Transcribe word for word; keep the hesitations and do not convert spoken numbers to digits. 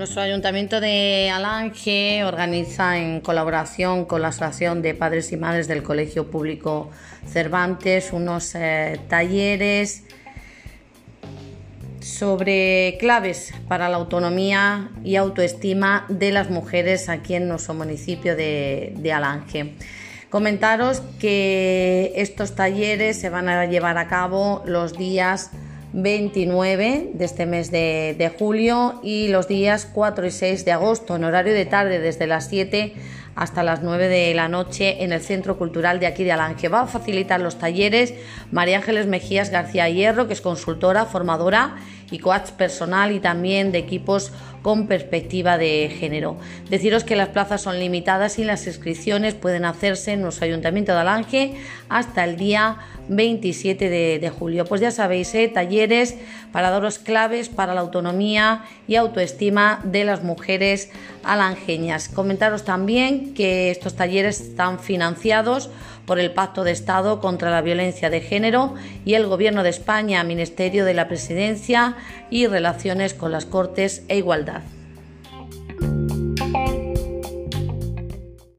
Nuestro Ayuntamiento de Alange organiza, en colaboración con la Asociación de Padres y Madres del Colegio Público Cervantes, unos eh, talleres sobre claves para la autonomía y autoestima de las mujeres aquí en nuestro municipio de, de Alange. Comentaros que estos talleres se van a llevar a cabo los días veintinueve de este mes de, de julio y los días cuatro y seis de agosto, en horario de tarde, desde las siete hasta las nueve de la noche, en el Centro Cultural de aquí de Alange. Va a facilitar los talleres María Ángeles Mejías García Hierro, que es consultora, formadora y coach personal y también de equipos con perspectiva de género. Deciros que las plazas son limitadas y las inscripciones pueden hacerse en nuestro Ayuntamiento de Alange hasta el día veintisiete de julio. Pues ya sabéis, ¿eh? talleres para daros claves para la autonomía y autoestima de las mujeres alangeñas. Comentaros también que estos talleres están financiados por el Pacto de Estado contra la Violencia de Género y el Gobierno de España, Ministerio de la Presidencia y Relaciones con las Cortes e Igualdad.